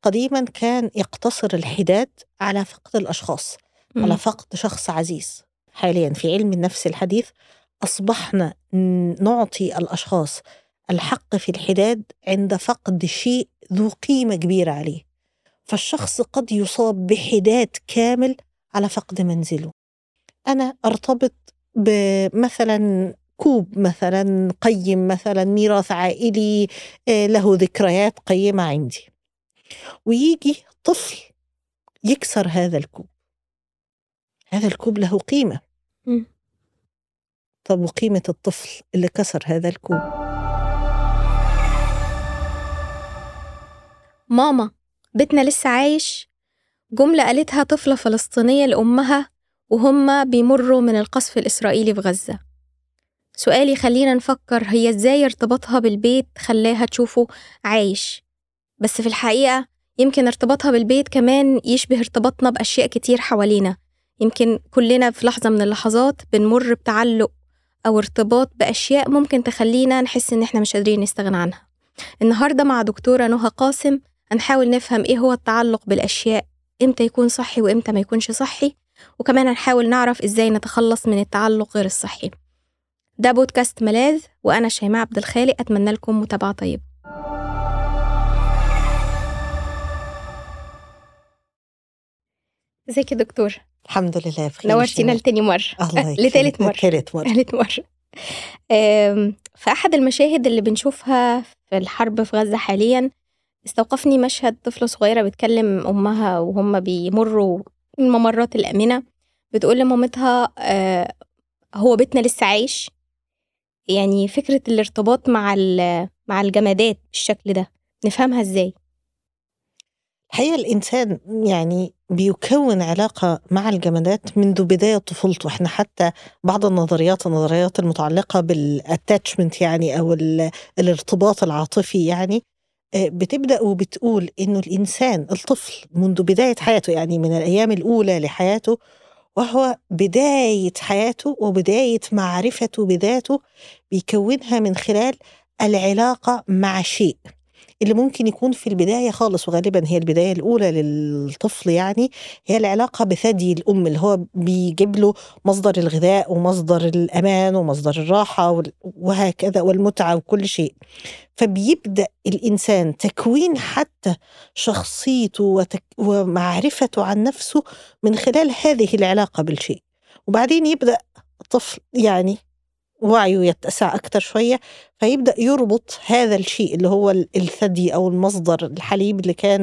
قديما كان يقتصر الحداد على فقد الأشخاص، على فقد شخص عزيز. حاليا في علم النفس الحديث أصبحنا نعطي الأشخاص الحق في الحداد عند فقد شيء ذو قيمة كبيرة عليه. فالشخص قد يصاب بحداد كامل على فقد منزله. أنا أرتبط بمثلا كوب مثلا قيم، مثلا ميراث عائلي له ذكريات قيمة عندي، ويجي طفل يكسر هذا الكوب. هذا الكوب له قيمة. طب وقيمة الطفل اللي كسر هذا الكوب؟ ماما بيتنا لسه عايش، جملة قالتها طفلة فلسطينية لأمها وهم بيمروا من القصف الإسرائيلي في غزة. سؤالي خلينا نفكر، هي إزاي ارتباطها بالبيت خلاها تشوفه عايش؟ بس في الحقيقة يمكن ارتباطها بالبيت كمان يشبه ارتباطنا بأشياء كتير حوالينا. يمكن كلنا في لحظة من اللحظات بنمر بتعلق أو ارتباط بأشياء ممكن تخلينا نحس إن احنا مش قادرين نستغنى عنها. النهاردة مع دكتورة نهى قاسم هنحاول نفهم إيه هو التعلق بالأشياء، إمتى يكون صحي وإمتى ما يكونش صحي، وكمان هنحاول نعرف إزاي نتخلص من التعلق غير الصحي. ده بودكاست ملاذ، وأنا شيماء عبد الخالق. أتمنى لكم متابعة طيبة. ازيك يا دكتور؟ الحمد لله بخير. نورتينا لتاني مرة. الله لتالت مرة. تالت مرة. في أحد المشاهد اللي بنشوفها في الحرب في غزة حاليا استوقفني مشهد طفلة صغيرة بتكلم أمها وهم بيمروا الممرات الآمنة، بتقول لمامتها هو بيتنا لسه عايش. يعني فكرة الارتباط مع الجمادات بالشكل ده نفهمها ازاي؟ الحقيقة الإنسان يعني بيكون علاقة مع الجمادات منذ بداية طفولته. احنا حتى بعض النظريات المتعلقة بالاتاتشمنت يعني أو الارتباط العاطفي يعني بتبدأ وبتقول إنه الإنسان الطفل منذ بداية حياته، يعني من الأيام الأولى لحياته، وهو بداية حياته وبداية معرفته بذاته بيكونها من خلال العلاقة مع شيء اللي ممكن يكون في البداية خالص، وغالبا هي البداية الأولى للطفل، يعني هي العلاقة بثدي الأم اللي هو بيجيب له مصدر الغذاء ومصدر الأمان ومصدر الراحة وهكذا والمتعة وكل شيء. فبيبدأ الإنسان تكوين حتى شخصيته ومعرفته عن نفسه من خلال هذه العلاقة بالشيء. وبعدين يبدأ الطفل يعني وعيه يتسع أكتر شوية، فيبدأ يربط هذا الشيء اللي هو الثدي أو المصدر الحليب اللي كان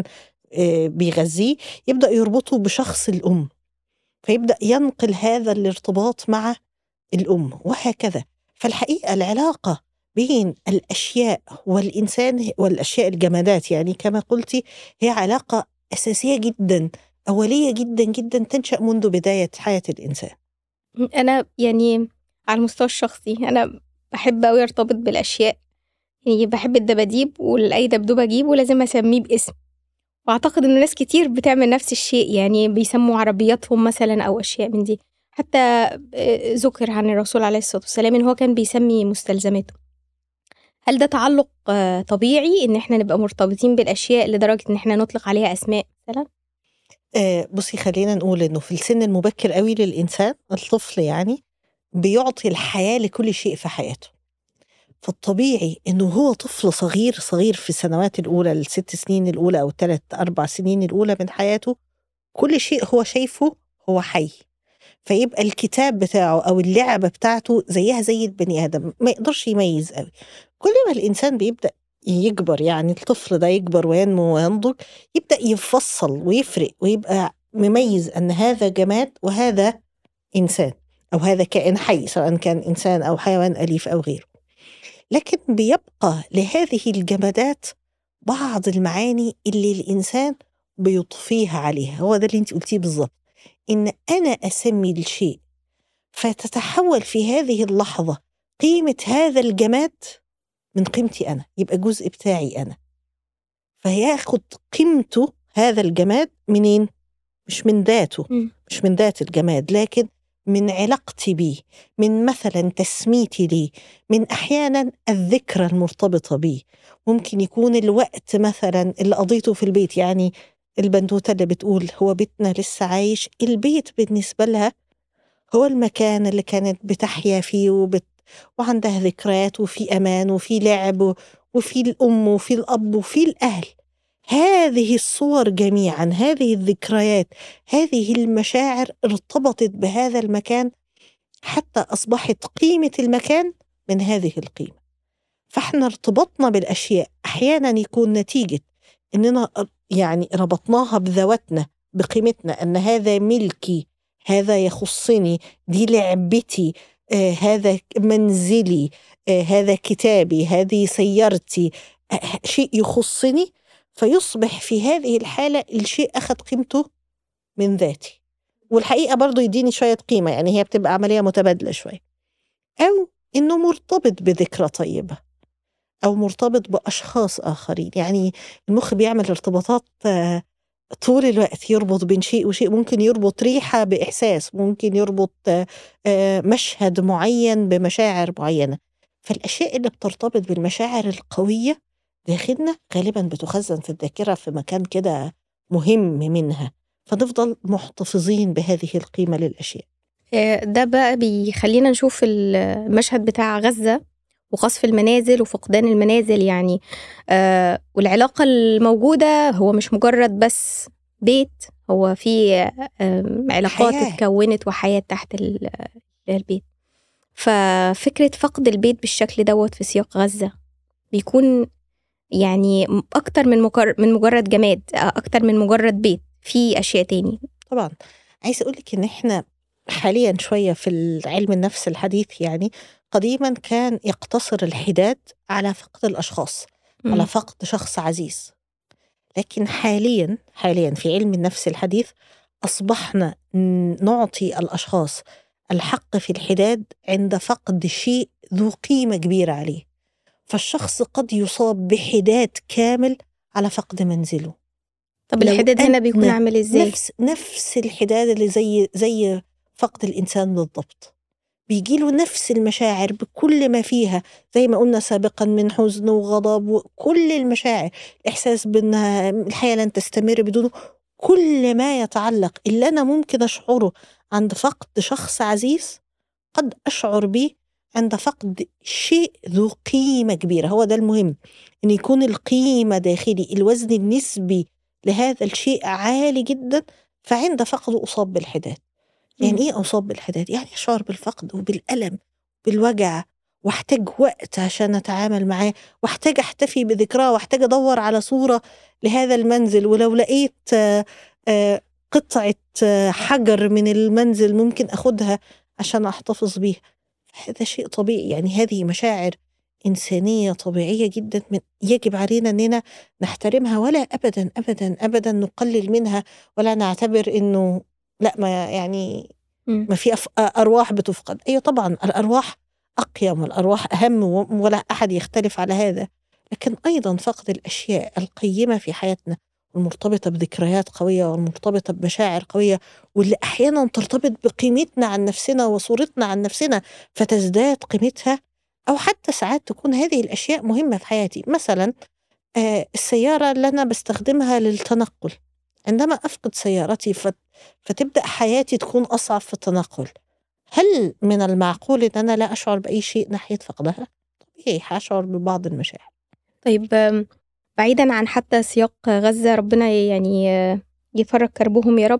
بيغذيه، يبدأ يربطه بشخص الأم، فيبدأ ينقل هذا الارتباط مع الأم وهكذا. فالحقيقة العلاقة بين الأشياء والإنسان والأشياء الجمادات يعني كما قلتي هي علاقة أساسية جدا، أولية جدا جدا، تنشأ منذ بداية حياة الإنسان. أنا يعني على المستوى الشخصي أنا بحب أوي أرتبط بالأشياء. يعني بحب الدباديب، والأي دبدوب أجيبه لازم أسميه باسم، وأعتقد إن ناس كتير بتعمل نفس الشيء، يعني بيسموا عربياتهم مثلا أو أشياء من دي. حتى ذكر عن الرسول عليه الصلاة والسلام إن هو كان بيسمي مستلزماته. هل ده تعلق طبيعي إن إحنا نبقى مرتبطين بالأشياء لدرجة إن إحنا نطلق عليها أسماء مثلا؟ بصي خلينا نقول إنه في السن المبكر قوي للإنسان الطفل يعني بيعطي الحياة لكل شيء في حياته. فالطبيعي إنه هو طفل صغير صغير في السنوات الأولى، ال6 سنين الأولى أو 3 4 سنين الأولى من حياته، كل شيء هو شايفه هو حي. فيبقى الكتاب بتاعه أو اللعبة بتاعته زيها زي البني آدم، ما يقدرش يميز قوي. كل ما الإنسان بيبدأ يكبر، يعني الطفل ده يكبر وينمو وينضج، يبدأ يفصل ويفرق ويبقى مميز أن هذا جماد وهذا إنسان، أو هذا كائن حي سواء كان إنسان أو حيوان أليف أو غيره. لكن بيبقى لهذه الجمادات بعض المعاني اللي الإنسان بيضفيها عليها. هو ده اللي انت قلتيه بالظبط، إن أنا أسمي الشيء فتتحول في هذه اللحظة قيمة هذا الجماد من قيمتي أنا، يبقى جزء بتاعي أنا، فياخد قيمته هذا الجماد منين؟ مش من ذاته، مش من ذات الجماد، لكن من علاقتي بيه، من مثلا تسميتي ليه، من أحيانا الذكرى المرتبطة بيه. ممكن يكون الوقت مثلا اللي قضيته في البيت، يعني البنوتة اللي بتقول هو بيتنا لسه عايش، البيت بالنسبة لها هو المكان اللي كانت بتحيا فيه وعندها ذكريات وفي أمان وفي لعب وفي الأم وفي الأب وفي الأهل. هذه الصور جميعا، هذه الذكريات، هذه المشاعر ارتبطت بهذا المكان حتى أصبحت قيمة المكان من هذه القيمة. فاحنا ارتبطنا بالأشياء أحيانا يكون نتيجة إننا يعني ربطناها بذواتنا، بقيمتنا، أن هذا ملكي، هذا يخصني، دي لعبتي، هذا منزلي، هذا كتابي، هذه سيارتي، شيء يخصني. فيصبح في هذه الحالة الشيء أخذ قيمته من ذاتي، والحقيقة برضو يديني شوية قيمة، يعني هي بتبقى عملية متبادلة شوية. أو إنه مرتبط بذكرى طيبة، أو مرتبط بأشخاص آخرين. يعني المخ بيعمل ارتباطات طول الوقت، يربط بين شيء وشيء. ممكن يربط ريحة بإحساس، ممكن يربط مشهد معين بمشاعر معينة. فالأشياء اللي بترتبط بالمشاعر القوية داخلنا غالبا بتخزن في الذاكرة في مكان كده مهم منها، فنفضل محتفظين بهذه القيمة للأشياء. ده بقى بيخلينا نشوف المشهد بتاع غزة وقصف المنازل وفقدان المنازل، يعني والعلاقة الموجودة هو مش مجرد بس بيت، هو في علاقات حياة. اتكونت وحياة تحت البيت. ففكرة فقد البيت بالشكل دوت في سياق غزة بيكون يعني أكتر من مجرد جماد، أكتر من مجرد بيت، في أشياء تاني. طبعا عايز أقولك إن إحنا حاليا شوية في علم النفس الحديث، يعني قديما كان يقتصر الحداد على فقد الأشخاص، على فقد شخص عزيز. لكن حاليا في علم النفس الحديث أصبحنا نعطي الأشخاص الحق في الحداد عند فقد شيء ذو قيمة كبيرة عليه. فالشخص قد يصاب بحداد كامل على فقد منزله. طب لو الحداد هنا بيكون أن عامل إزاي؟ نفس الحداد اللي زي فقد الإنسان بالضبط، بيجيله نفس المشاعر بكل ما فيها، زي ما قلنا سابقا، من حزن وغضب وكل المشاعر، إحساس بأن الحياة لن تستمر بدونه، كل ما يتعلق اللي أنا ممكن أشعره عند فقد شخص عزيز قد أشعر به عند فقد شيء ذو قيمة كبيرة. هو ده المهم، أن يكون القيمة داخلي، الوزن النسبي لهذا الشيء عالي جدا، فعند فقده أصاب بالحداد. يعني إيه أصاب بالحداد؟ يعني أشعر بالفقد وبالألم، بالوجع، واحتاج وقت عشان أتعامل معاه، واحتاج أحتفي بذكراه، واحتاج أدور على صورة لهذا المنزل، ولو لقيت قطعة حجر من المنزل ممكن أخدها عشان أحتفظ بيها. هذا شيء طبيعي، يعني هذه مشاعر إنسانية طبيعية جدا، يجب علينا أننا نحترمها، ولا أبدا أبدا أبدا نقلل منها، ولا نعتبر أنه لا، ما يعني ما في أرواح بتفقد. أيوة طبعا الأرواح أقيم والأرواح أهم، ولا أحد يختلف على هذا. لكن أيضا فقد الأشياء القيمة في حياتنا، المرتبطة بذكريات قوية والمرتبطة بمشاعر قوية، واللي أحيانا ترتبط بقيمتنا عن نفسنا وصورتنا عن نفسنا فتزداد قيمتها. أو حتى ساعات تكون هذه الأشياء مهمة في حياتي، مثلا السيارة اللي أنا بستخدمها للتنقل، عندما أفقد سيارتي فتبدأ حياتي تكون أصعب في التنقل. هل من المعقول أن أنا لا أشعر بأي شيء ناحية فقدها؟ طبيعي هشعر ببعض المشاعر. طيب بعيدا عن حتى سياق غزة، ربنا يعني يفرج كربهم يا رب.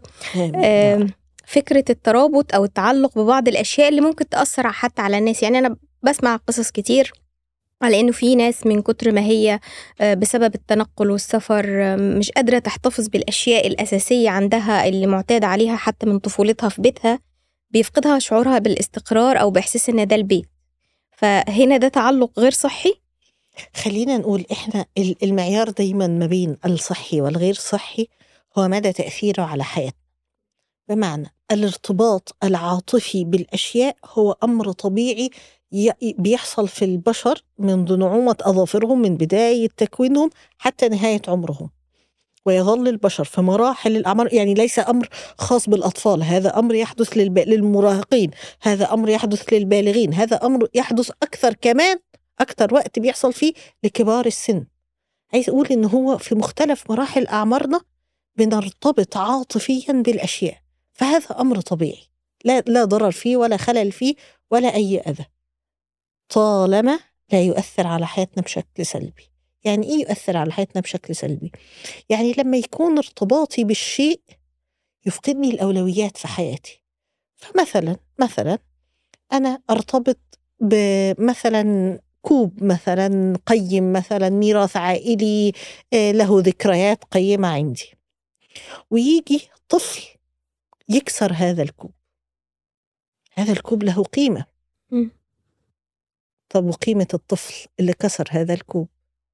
فكرة الترابط أو التعلق ببعض الأشياء اللي ممكن تأثر حتى على الناس. يعني أنا بسمع قصص كتير على إنه في ناس من كتر ما هي بسبب التنقل والسفر مش قادرة تحتفظ بالأشياء الأساسية عندها اللي معتاد عليها حتى من طفولتها في بيتها، بيفقدها شعورها بالاستقرار أو بإحساس إن ده البيت. فهنا ده تعلق غير صحي. خلينا نقول إحنا المعيار دايما ما بين الصحي والغير صحي هو مدى تأثيره على حياتنا. بمعنى الارتباط العاطفي بالأشياء هو أمر طبيعي بيحصل في البشر منذ نعومة أظافرهم، من بداية تكوينهم حتى نهاية عمرهم. ويظل البشر في مراحل الأعمار، يعني ليس أمر خاص بالأطفال، هذا أمر يحدث للمراهقين، هذا أمر يحدث للبالغين، هذا أمر يحدث أكثر كمان، أكثر وقت بيحصل فيه لكبار السن. عايز أقول إن هو في مختلف مراحل أعمارنا بنرتبط عاطفيا بالأشياء، فهذا أمر طبيعي، لا ضرر فيه ولا خلل فيه ولا أي أذى، طالما لا يؤثر على حياتنا بشكل سلبي. يعني إيه يؤثر على حياتنا بشكل سلبي؟ يعني لما يكون ارتباطي بالشيء يفقدني الأولويات في حياتي. فمثلا أنا أرتبط بمثلا كوب مثلا قيم، مثلا ميراث عائلي له ذكريات قيمة عندي، ويجي طفل يكسر هذا الكوب. هذا الكوب له قيمة. مم. طب وقيمة الطفل اللي كسر هذا الكوب؟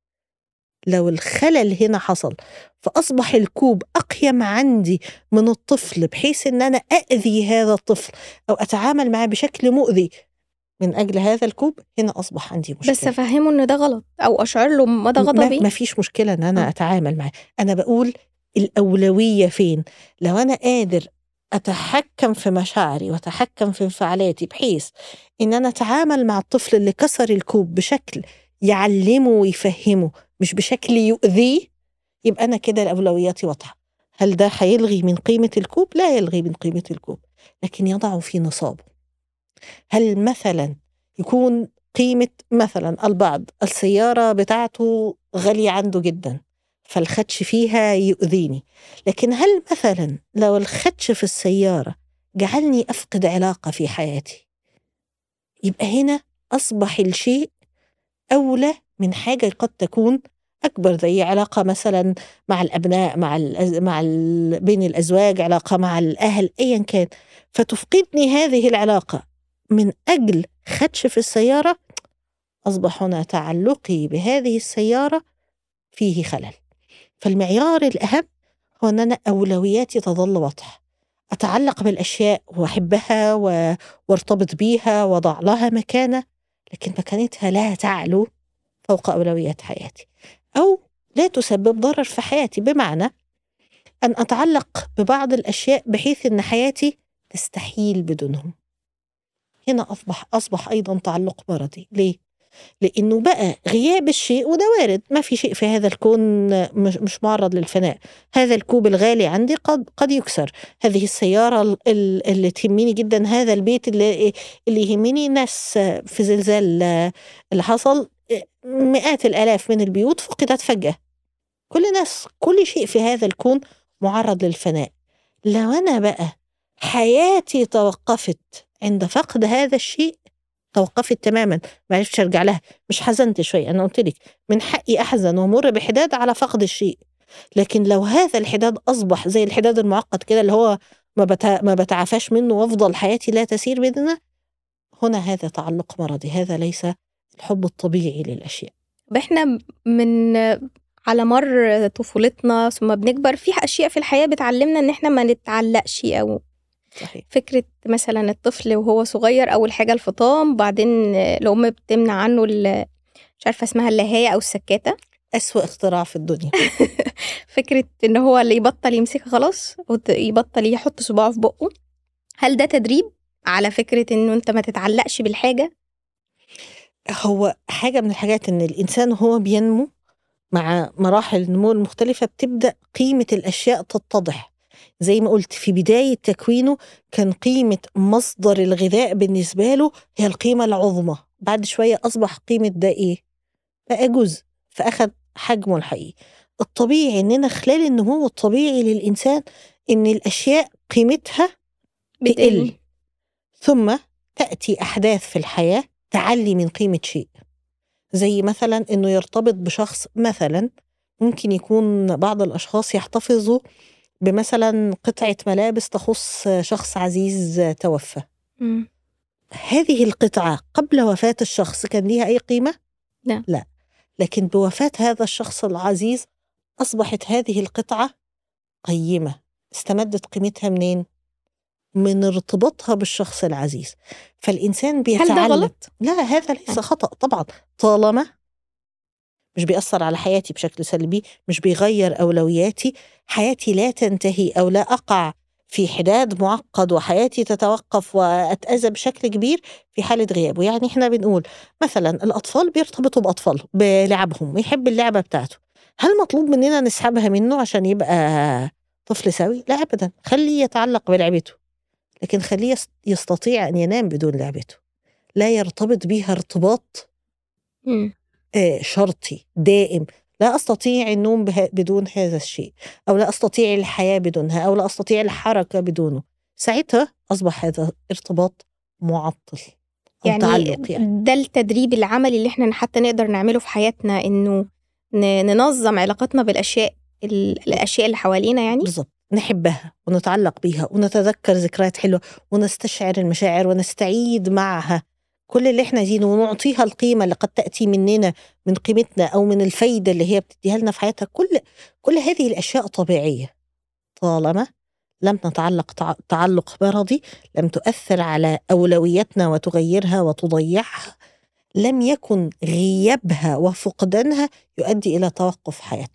لو الخلل هنا حصل فأصبح الكوب أقيم عندي من الطفل، بحيث أن أنا أأذي هذا الطفل أو أتعامل معه بشكل مؤذي من أجل هذا الكوب، هنا أصبح عندي مشكلة. بس أفهمه إن ده غلط أو أشعر له مدى غضبي. ما فيش مشكلة أن أنا أتعامل معه. أنا بقول الأولوية فين؟ لو أنا قادر أتحكم في مشاعري وأتحكم في انفعالاتي بحيث إن أنا أتعامل مع الطفل اللي كسر الكوب بشكل يعلمه ويفهمه، مش بشكل يؤذيه، يبقى أنا كده الأولويات واضحة. هل ده هيلغي من قيمة الكوب؟ لا يلغي من قيمة الكوب، لكن يضعه في نصابه. هل مثلا يكون قيمة مثلا البعض السيارة بتاعته غالية عنده جدا فالخدش فيها يؤذيني، لكن هل مثلا لو الخدش في السيارة جعلني أفقد علاقة في حياتي، يبقى هنا أصبح الشيء أولى من حاجة قد تكون أكبر، زي علاقة مثلا مع الأبناء، بين الأزواج، علاقة مع الأهل، أيا كان، فتفقدني هذه العلاقة من أجل خدش في السيارة. أصبح هنا تعلقي بهذه السيارة فيه خلل. فالمعيار الأهم هو أن أنا أولوياتي تظل واضحة، أتعلق بالأشياء وأحبها وارتبط بيها وضع لها مكانة، لكن مكانتها لا تعلو فوق أولويات حياتي أو لا تسبب ضرر في حياتي، بمعنى أن أتعلق ببعض الأشياء بحيث أن حياتي تستحيل بدونهم. هنا أصبح أيضا تعلق مرضي. ليه؟ لأنه بقى غياب الشيء، وده وارد، ما في شيء في هذا الكون مش معرض للفناء. هذا الكوب الغالي عندي قد يكسر، هذه السيارة اللي تهمني جدا، هذا البيت اللي يهمني، ناس في زلزال اللي حصل مئات الآلاف من البيوت فقدت فجأة. كل شيء في هذا الكون معرض للفناء. لو أنا بقى حياتي توقفت عند فقد هذا الشيء، توقفت تماما، ما عرفتش ارجع لها، مش حزنت شوي، انا قلت لك من حقي احزن وامر بحداد على فقد الشيء، لكن لو هذا الحداد اصبح زي الحداد المعقد كده اللي هو ما بتعافاش منه وافضل حياتي لا تسير باذنه، هنا هذا تعلق مرضي، هذا ليس الحب الطبيعي للاشياء. احنا من على مر طفولتنا ثم بنكبر في اشياء في الحياه بتعلمنا ان احنا ما نتعلقش، او صحيح. فكرة مثلا الطفل وهو صغير أول حاجة الفطام، بعدين الأم بتمنع عنه مش عارفة اسمها اللهاية أو السكاتة، أسوأ اختراع في الدنيا. فكرة إن هو اللي يبطل يمسكها خلاص يبطل يحط صباعه في بقه. هل ده تدريب على فكرة إنه أنت ما تتعلقش بالحاجة؟ هو حاجة من الحاجات إن الإنسان هو بينمو مع مراحل النمو المختلفة بتبدأ قيمة الأشياء تتضح. زي ما قلت في بداية تكوينه كان قيمة مصدر الغذاء بالنسبة له هي القيمة العظمى، بعد شوية أصبح قيمة ده إيه؟ بقى جزء، فأخذ حجمه الحقيقي. الطبيعي إننا خلال النمو الطبيعي للإنسان إن الأشياء قيمتها تقل، ثم تأتي أحداث في الحياة تعلي من قيمة شيء. زي مثلا إنه يرتبط بشخص، مثلا ممكن يكون بعض الأشخاص يحتفظوا بمثلا قطعة ملابس تخص شخص عزيز توفى. هذه القطعة قبل وفاة الشخص كان ليها أي قيمة؟ لا. لكن بوفاة هذا الشخص العزيز أصبحت هذه القطعة قيمة. استمدت قيمتها منين؟ من ارتباطها بالشخص العزيز. فالإنسان بيتعلم. هل ده غلط؟ لا، هذا ليس خطأ طبعا، طالما مش بيأثر على حياتي بشكل سلبي، مش بيغير أولوياتي، حياتي لا تنتهي أو لا أقع في حداد معقد وحياتي تتوقف وأتأذى بشكل كبير في حالة غيابه. يعني احنا بنقول مثلا الأطفال بيرتبطوا بأطفالهم بلعبهم، يحب اللعبة بتاعته، هل مطلوب مننا نسحبها منه عشان يبقى طفل سوي؟ لا أبدا، خليه يتعلق بلعبته، لكن خليه يستطيع أن ينام بدون لعبته، لا يرتبط بيها ارتباط مم. شرطي دائم. لا أستطيع النوم بدون هذا الشيء، أو لا أستطيع الحياة بدونها، أو لا أستطيع الحركة بدونه. ساعتها أصبح هذا ارتباط معطل أو يعني تعلق. يعني ده التدريب العملي اللي احنا حتى نقدر نعمله في حياتنا، إنه ننظم علاقتنا بالأشياء الأشياء اللي حوالينا يعني. بالضبط، نحبها ونتعلق بيها ونتذكر ذكريات حلوة ونستشعر المشاعر ونستعيد معها كل اللي احنا عايزينه، ونعطيها القيمة اللي قد تأتي مننا من قيمتنا أو من الفايدة اللي هي بتديها لنا في حياتها. كل هذه الأشياء طبيعية طالما لم نتعلق تعلق مرضي، لم تؤثر على أولوياتنا وتغيرها وتضيعها، لم يكن غيابها وفقدانها يؤدي إلى توقف حياتنا.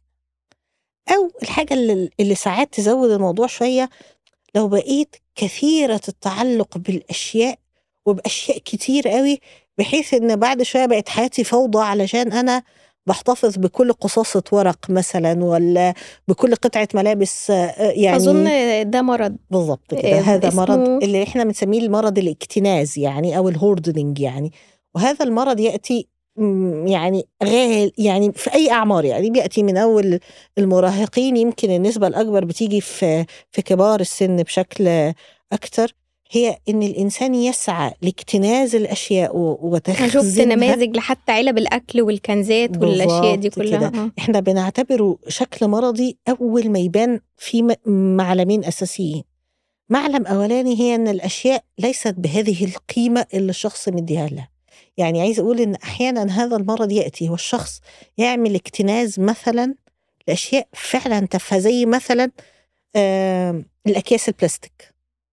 أو الحاجة اللي ساعات تزود الموضوع شوية، لو بقيت كثيرة التعلق بالأشياء وبأشياء كتير قوي، بحيث إن بعد شوية بقت حياتي فوضى علشان أنا بحتفظ بكل قصاصة ورق مثلا، ولا بكل قطعة ملابس أظن يعني. ده مرض بالضبط كده، هذا مرض اسمه اللي احنا بنسميه المرض الاكتناز يعني، أو الهوردنينج يعني. وهذا المرض يأتي يعني يعني في أي أعمار، يعني بيأتي من أول المراهقين، يمكن النسبة الأكبر بتيجي في كبار السن بشكل أكتر. هي إن الإنسان يسعى لاكتناز الأشياء أنا شفت وتخزينها. نماذج لحتى علب الأكل والكنزات والأشياء دي بالضبط كلها. كده، احنا بنعتبره شكل مرضي أول ما يبان في معلمين أساسيين. معلم أولاني هي أن الأشياء ليست بهذه القيمة اللي الشخص مديها لها. يعني عايز أقول إن أحيانا هذا المرض يأتي والشخص يعمل اكتناز مثلا لأشياء فعلا تافهة، زي مثلا الأكياس البلاستيك،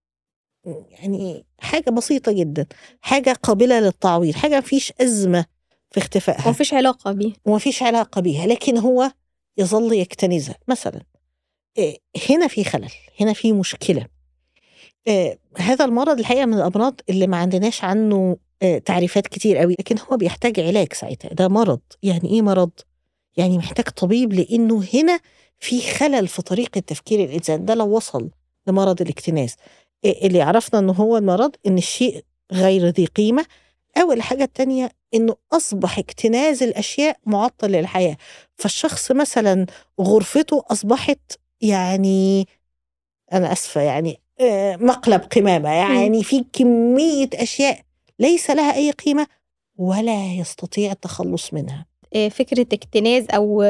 يعني حاجة بسيطة جدا، حاجة قابلة للتعويض، حاجة مفيش أزمة في اختفائها ومفيش علاقة بيه. ومفيش علاقة بيها، لكن هو يظل يكتنزها مثلا. هنا في خلل، هنا في مشكلة. هذا المرض الحقيقة من الأمراض اللي ما عندناش عنه تعريفات كتير قوي، لكن هو بيحتاج علاج ساعتها. ده مرض. يعني إيه مرض؟ يعني محتاج طبيب، لأنه هنا في خلل في طريقة تفكير الإنسان. ده لو وصل لمرض الاكتناز، اللي عرفنا أنه هو المرض إن الشيء غير ذي قيمة. أول حاجة التانية إنه أصبح اكتناز الأشياء معطل للحياة، فالشخص مثلا غرفته أصبحت يعني، أنا أسفة يعني، مقلب قمامة، يعني في كمية أشياء ليس لها أي قيمة ولا يستطيع التخلص منها. فكرة اكتناز أو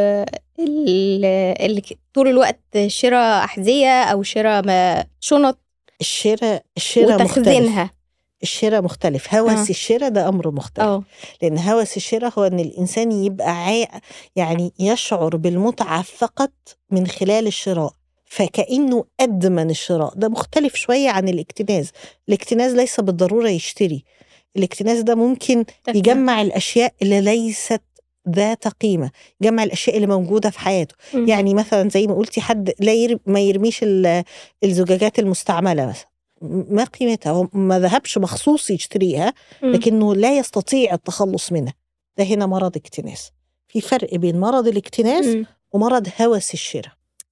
طول الوقت شراء أحذية أو شراء شنط الشراء مختلف. وتخزينها. الشراء مختلف، هوس الشراء ده أمر مختلف. لأن هوس الشراء هو أن الإنسان يبقى يعني يشعر بالمتعة فقط من خلال الشراء، فكأنه أدمن الشراء. ده مختلف شوية عن الاكتناز. الاكتناز ليس بالضرورة يشتري، الاكتناز ده ممكن يجمع الأشياء اللي ليست ذات قيمة، يجمع الأشياء اللي موجودة في حياته. يعني مثلا زي ما قلتي، حد ما يرميش الزجاجات المستعملة مثلا، ما قيمتها، هو ما ذهبش مخصوص يشتريها، لكنه لا يستطيع التخلص منها. ده هنا مرض اكتناز. في فرق بين مرض الاكتناز ومرض هوس الشراء.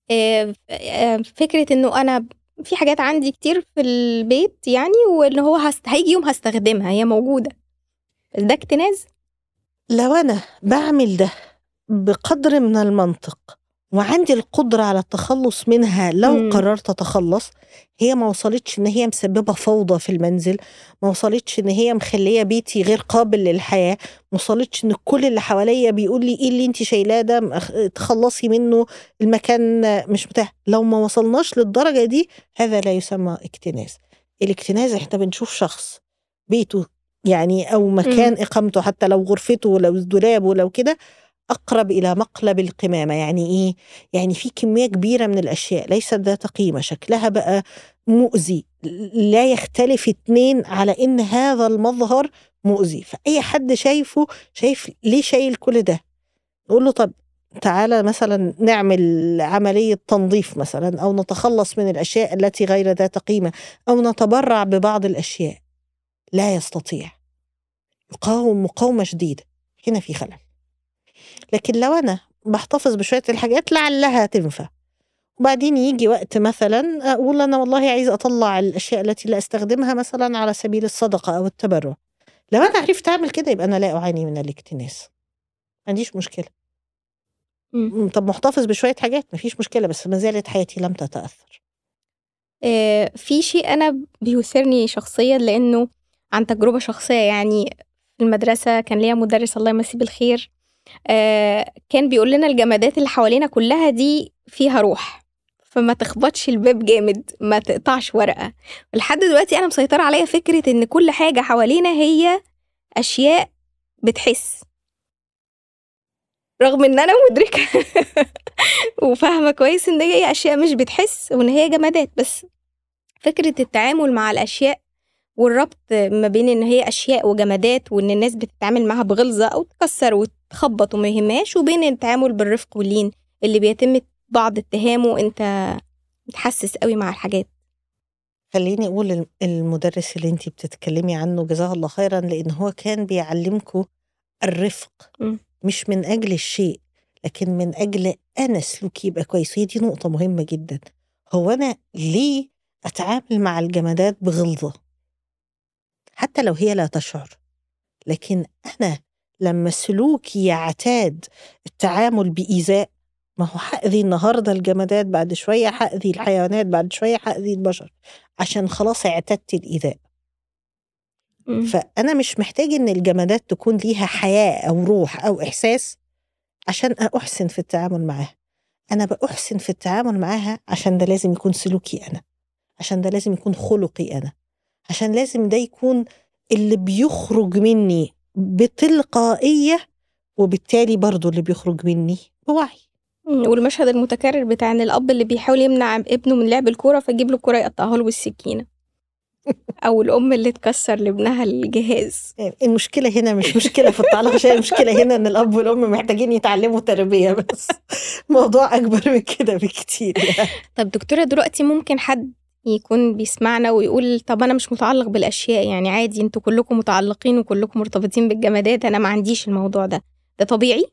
فكرة انه انا في حاجات عندي كتير في البيت يعني، وان هو هيجي يوم هستخدمها، هي موجودة، بس ده اكتناز. لو انا بعمل ده بقدر من المنطق وعندي القدرة على التخلص منها، لو قررت أتخلص، هي ما وصلتش إن هي مسببة فوضى في المنزل، ما وصلتش إن هي مخلية بيتي غير قابل للحياة، ما وصلتش إن كل اللي حواليا بيقول لي إيه اللي أنت شايلاه ده، تخلصي منه، المكان مش متاح. لو ما وصلناش للدرجة دي، هذا لا يسمى اكتناز. الاكتناز إحنا بنشوف شخص بيته يعني، أو مكان إقامته، حتى لو غرفته، لو الدولاب، ولو كده، أقرب إلى مقلب القمامة. يعني إيه؟ يعني في كمية كبيرة من الأشياء ليست ذات قيمة، شكلها بقى مؤذي، لا يختلف اتنين على إن هذا المظهر مؤذي. فأي حد شايفه شايف ليه شايل كل ده، نقول له طب تعالى مثلا نعمل عملية تنظيف مثلا، أو نتخلص من الأشياء التي غير ذات قيمة، أو نتبرع ببعض الأشياء. لا يستطيع، يقاوم مقاومة شديدة. هنا في خلل. لكن لو أنا بحتفظ بشوية الحاجات لعلها تنفع، وبعدين يجي وقت مثلا أقول أنا والله عايز أطلع الأشياء التي لا أستخدمها مثلا على سبيل الصدقة أو التبرع، لو أنا عرفت أعمل كده يبقى أنا لا أعاني من الاكتناز، ما عنديش مشكلة. طب محتفظ بشوية حاجات مفيش مشكلة، بس ما زالت حياتي لم تتأثر. في شيء أنا بيثيرني شخصيا، لأنه عن تجربة شخصية. يعني في المدرسة كان ليا مدرس الله يمسيه بالخير، كان بيقول لنا الجمادات اللي حوالينا كلها دي فيها روح، فما تخبطش الباب جامد، ما تقطعش ورقة. لحد دلوقتي أنا مسيطرة عليا فكرة إن كل حاجة حوالينا هي أشياء بتحس، رغم إن أنا مدركة وفاهمة كويس إن هي أشياء مش بتحس وإن هي جمادات. بس فكرة التعامل مع الأشياء والربط ما بين إن هي أشياء وجمادات، وإن الناس بتتعامل معها بغلظة أو تكسر وتخبط وما يهمهاش، وبين التعامل بالرفق واللين اللي بيتم بعض اتهامه أنت متحسس قوي مع الحاجات. خليني أقول المدرس اللي انتي بتتكلمي عنه جزاه الله خيرا، لأن هو كان بيعلمكوا الرفق، مش من أجل الشيء لكن من أجل أنا سلوكي يبقى كويس. هي دي نقطة مهمة جدا. هو أنا ليه أتعامل مع الجمادات بغلظة حتى لو هي لا تشعر؟ لكن أنا لما سلوكي يعتاد التعامل بإيذاء، ما هو هأذي النهاردة الجمادات، بعد شوية هأذي الحيوانات، بعد شوية هأذي البشر، عشان خلاص اعتدت الإيذاء. فأنا مش محتاج إن الجمادات تكون ليها حياة أو روح أو إحساس عشان أحسن في التعامل معها. أنا بأحسن في التعامل معها عشان ده لازم يكون سلوكي أنا، عشان ده لازم يكون خلقي أنا، عشان لازم ده يكون اللي بيخرج مني بتلقائية، وبالتالي برضو اللي بيخرج مني بوعي. والمشهد المتكرر بتاع إن الأب اللي بيحاول يمنع ابنه من لعب الكورة فيجيب له الكورة يقطعها له بالسكينة، أو الأم اللي تكسر لابنها الجهاز. المشكلة هنا مش مشكلة في التعلق، عشان المشكلة هنا إن الأب والأم محتاجين يتعلموا تربية، بس موضوع أكبر من كده بكتير يعني. طب دكتورة، دلوقتي ممكن حد يكون بيسمعنا ويقول طب أنا مش متعلق بالأشياء، يعني عادي انتوا كلكم متعلقين وكلكم مرتبطين بالجمادات، أنا ما عنديش الموضوع ده طبيعي؟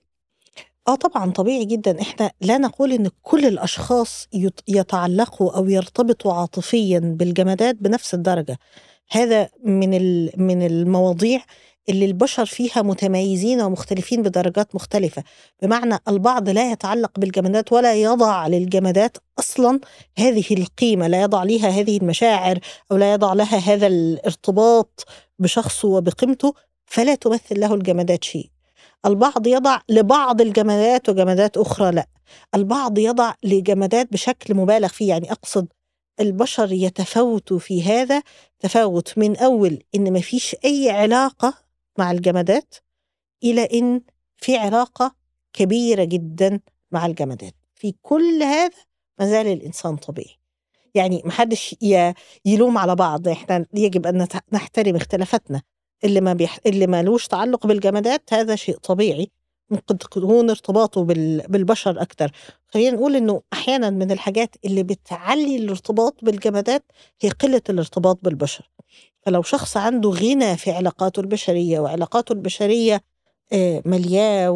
طبعا طبيعي جدا. احنا لا نقول ان كل الاشخاص يتعلقوا او يرتبطوا عاطفيا بالجمادات بنفس الدرجة. هذا من المواضيع اللي البشر فيها متميزين ومختلفين بدرجات مختلفة. بمعنى البعض لا يتعلق بالجمادات ولا يضع للجمادات أصلا هذه القيمة، لا يضع لها هذه المشاعر، أو لا يضع لها هذا الارتباط بشخصه وبقيمته، فلا تمثل له الجمادات شيء. البعض يضع لبعض الجمادات وجمادات أخرى لا. البعض يضع لجمادات بشكل مبالغ فيه، يعني أقصد البشر يتفاوتوا في هذا تفاوت من أول إن ما فيش أي علاقة مع الجمادات إلى إن في علاقة كبيرة جدا مع الجمادات. في كل هذا ما زال الإنسان طبيعي، يعني محدش يلوم على بعض. إحنا يجب أن نحترم اختلافاتنا. اللي ما لوش تعلق بالجمادات هذا شيء طبيعي، ممكن تكون ارتباطه بالبشر أكتر. خلينا نقول إنه أحيانا من الحاجات اللي بتعلي الارتباط بالجمادات هي قلة الارتباط بالبشر. فلو شخص عنده غنى في علاقاته البشرية، وعلاقاته البشرية ملياه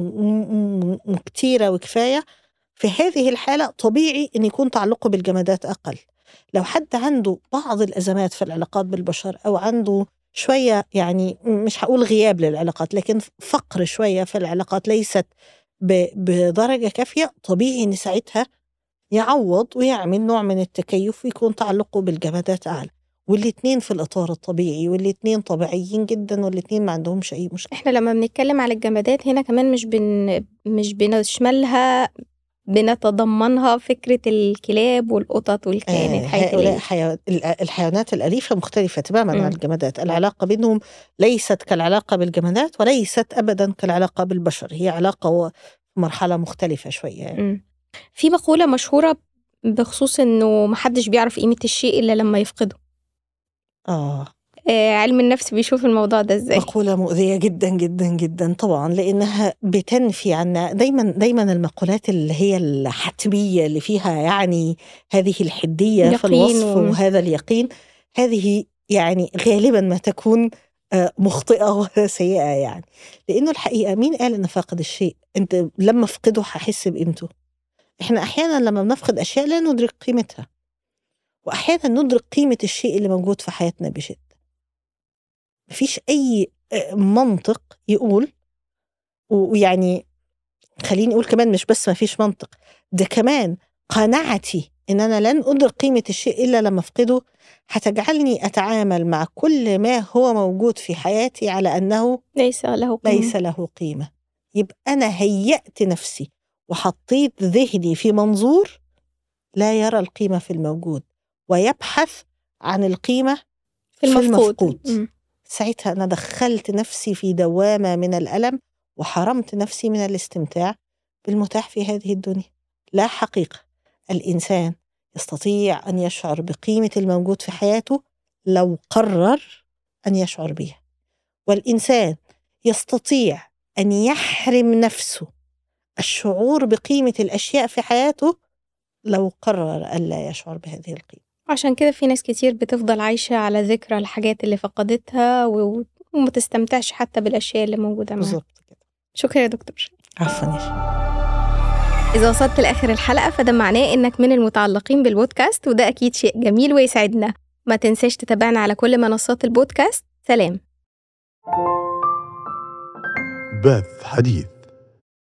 وكتيرة وكفاية، في هذه الحالة طبيعي أن يكون تعلقه بالجمادات أقل. لو حد عنده بعض الأزمات في العلاقات بالبشر، أو عنده شوية، يعني مش هقول غياب للعلاقات، لكن فقر شوية في العلاقات ليست بدرجة كافية، طبيعي أن ساعتها يعوض ويعمل نوع من التكيف ويكون تعلقه بالجمادات أعلى. والاتنين في الإطار الطبيعي، والاتنين طبيعيين جدا، والاتنين ما عندهمش أي مشكلة. احنا لما بنتكلم على الجمادات هنا كمان مش بنشملها، بنتضمنها فكرة الكلاب والقطط والكائنات هؤلاء الحيوانات الأليفة مختلفة تماما عن الجمادات. العلاقة بينهم ليست كالعلاقة بالجمادات، وليست أبدا كالعلاقة بالبشر. هي علاقة مرحلة مختلفة شوية يعني. في مقولة مشهورة بخصوص إنه محدش بيعرف قيمة الشيء إلا لما يفقده. علم النفس بيشوف الموضوع ده ازاي؟ مقولة مؤذية جدا جدا جدا طبعا، لأنها بتنفي عنا دايما المقولات اللي هي الحتمية اللي فيها يعني هذه الحدية في يقين الوصف وهذا اليقين، هذه يعني غالبا ما تكون مخطئة وسيئة يعني. لأنه الحقيقة مين قال إن فاقد الشيء أنت لما أفقده هحس بقيمته؟ إحنا أحيانا لما بنفقد أشياء لا ندرك قيمتها، وأحيانا ندرك قيمة الشيء اللي موجود في حياتنا بشدة. مفيش أي منطق يقول، ويعني خليني أقول كمان مش بس مفيش منطق، ده كمان قناعتي إن أنا لن أدرك قيمة الشيء إلا لما أفقده هتجعلني أتعامل مع كل ما هو موجود في حياتي على أنه ليس له قيمة. يبقى أنا هيأت نفسي وحطيت ذهني في منظور لا يرى القيمة في الموجود ويبحث عن القيمة في المفقود. ساعتها أنا دخلت نفسي في دوامة من الألم وحرمت نفسي من الاستمتاع بالمتاح في هذه الدنيا. لا حقيقة الإنسان يستطيع أن يشعر بقيمة الموجود في حياته لو قرر أن يشعر بها، والإنسان يستطيع أن يحرم نفسه الشعور بقيمة الأشياء في حياته لو قرر ألا يشعر بهذه القيمة. عشان كده في ناس كتير بتفضل عايشة على ذكرى الحاجات اللي فقدتها وما تستمتعش حتى بالأشياء اللي موجودة معاها. بالضبط كده. شكرا يا دكتور. عفوا يا شيخ. إذا وصلت لآخر الحلقة فده معناه إنك من المتعلقين بالبودكاست، وده أكيد شيء جميل ويسعدنا. ما تنساش تتابعنا على كل منصات البودكاست. سلام. بث حديث.